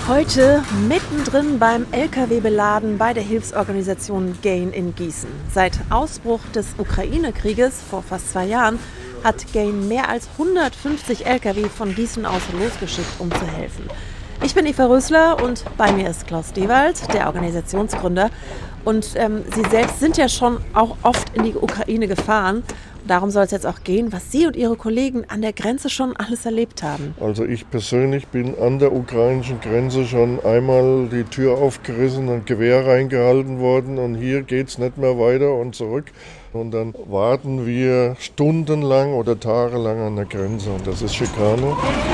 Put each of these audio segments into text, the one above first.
Heute mittendrin beim LKW-Beladen bei der Hilfsorganisation GAIN in Gießen. Seit Ausbruch des Ukraine-Krieges vor fast 2 Jahren hat GAIN mehr als 150 LKW von Gießen aus losgeschickt, um zu helfen. Ich bin Eva Rösler und bei mir ist Klaus Dewald, der Organisationsgründer. Und Sie selbst sind ja schon auch oft in die Ukraine gefahren. Darum soll es jetzt auch gehen, was Sie und Ihre Kollegen an der Grenze schon alles erlebt haben. Also ich persönlich bin an der ukrainischen Grenze schon einmal die Tür aufgerissen und Gewehr reingehalten worden und hier geht es nicht mehr weiter und zurück. Und dann warten wir stundenlang oder tagelang an der Grenze und das ist Schikane.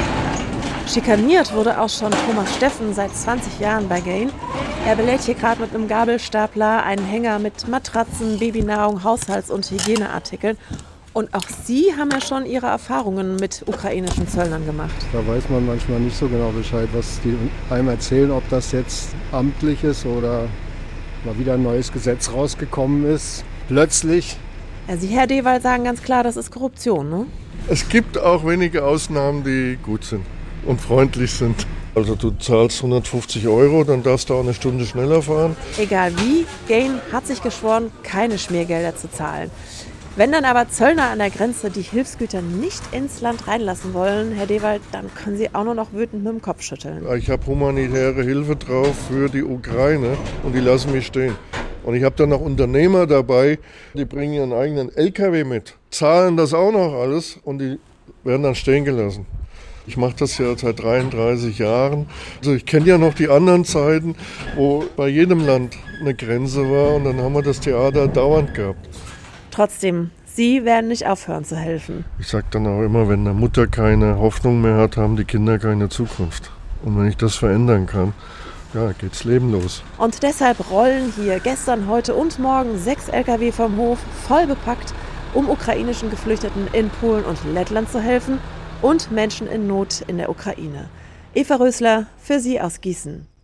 Schikaniert wurde auch schon Thomas Steffen seit 20 Jahren bei GAIN. Er belädt hier gerade mit einem Gabelstapler einen Hänger mit Matratzen, Babynahrung, Haushalts- und Hygieneartikeln. Und auch Sie haben ja schon Ihre Erfahrungen mit ukrainischen Zöllnern gemacht. Da weiß man manchmal nicht so genau Bescheid, was die einem erzählen, ob das jetzt amtlich ist oder mal wieder ein neues Gesetz rausgekommen ist. Plötzlich. Ja, Sie, Herr Dewald, sagen ganz klar, das ist Korruption, ne? Es gibt auch wenige Ausnahmen, die gut sind und freundlich sind. Also du zahlst 150 €, dann darfst du auch eine Stunde schneller fahren. Egal wie, GAIN hat sich geschworen, keine Schmiergelder zu zahlen. Wenn dann aber Zöllner an der Grenze die Hilfsgüter nicht ins Land reinlassen wollen, Herr Dewald, dann können Sie auch nur noch wütend mit dem Kopf schütteln. Ich habe humanitäre Hilfe drauf für die Ukraine und die lassen mich stehen. Und ich habe dann noch Unternehmer dabei, die bringen ihren eigenen LKW mit, zahlen das auch noch alles und die werden dann stehen gelassen. Ich mache das ja seit 33 Jahren. Also ich kenne ja noch die anderen Zeiten, wo bei jedem Land eine Grenze war und dann haben wir das Theater dauernd gehabt. Trotzdem, Sie werden nicht aufhören zu helfen. Ich sage dann auch immer, wenn eine Mutter keine Hoffnung mehr hat, haben die Kinder keine Zukunft. Und wenn ich das verändern kann, ja, geht's Leben los. Und deshalb rollen hier gestern, heute und morgen 6 LKW vom Hof, voll bepackt, um ukrainischen Geflüchteten in Polen und Lettland zu helfen und Menschen in Not in der Ukraine. Eva Rösler für Sie aus Gießen.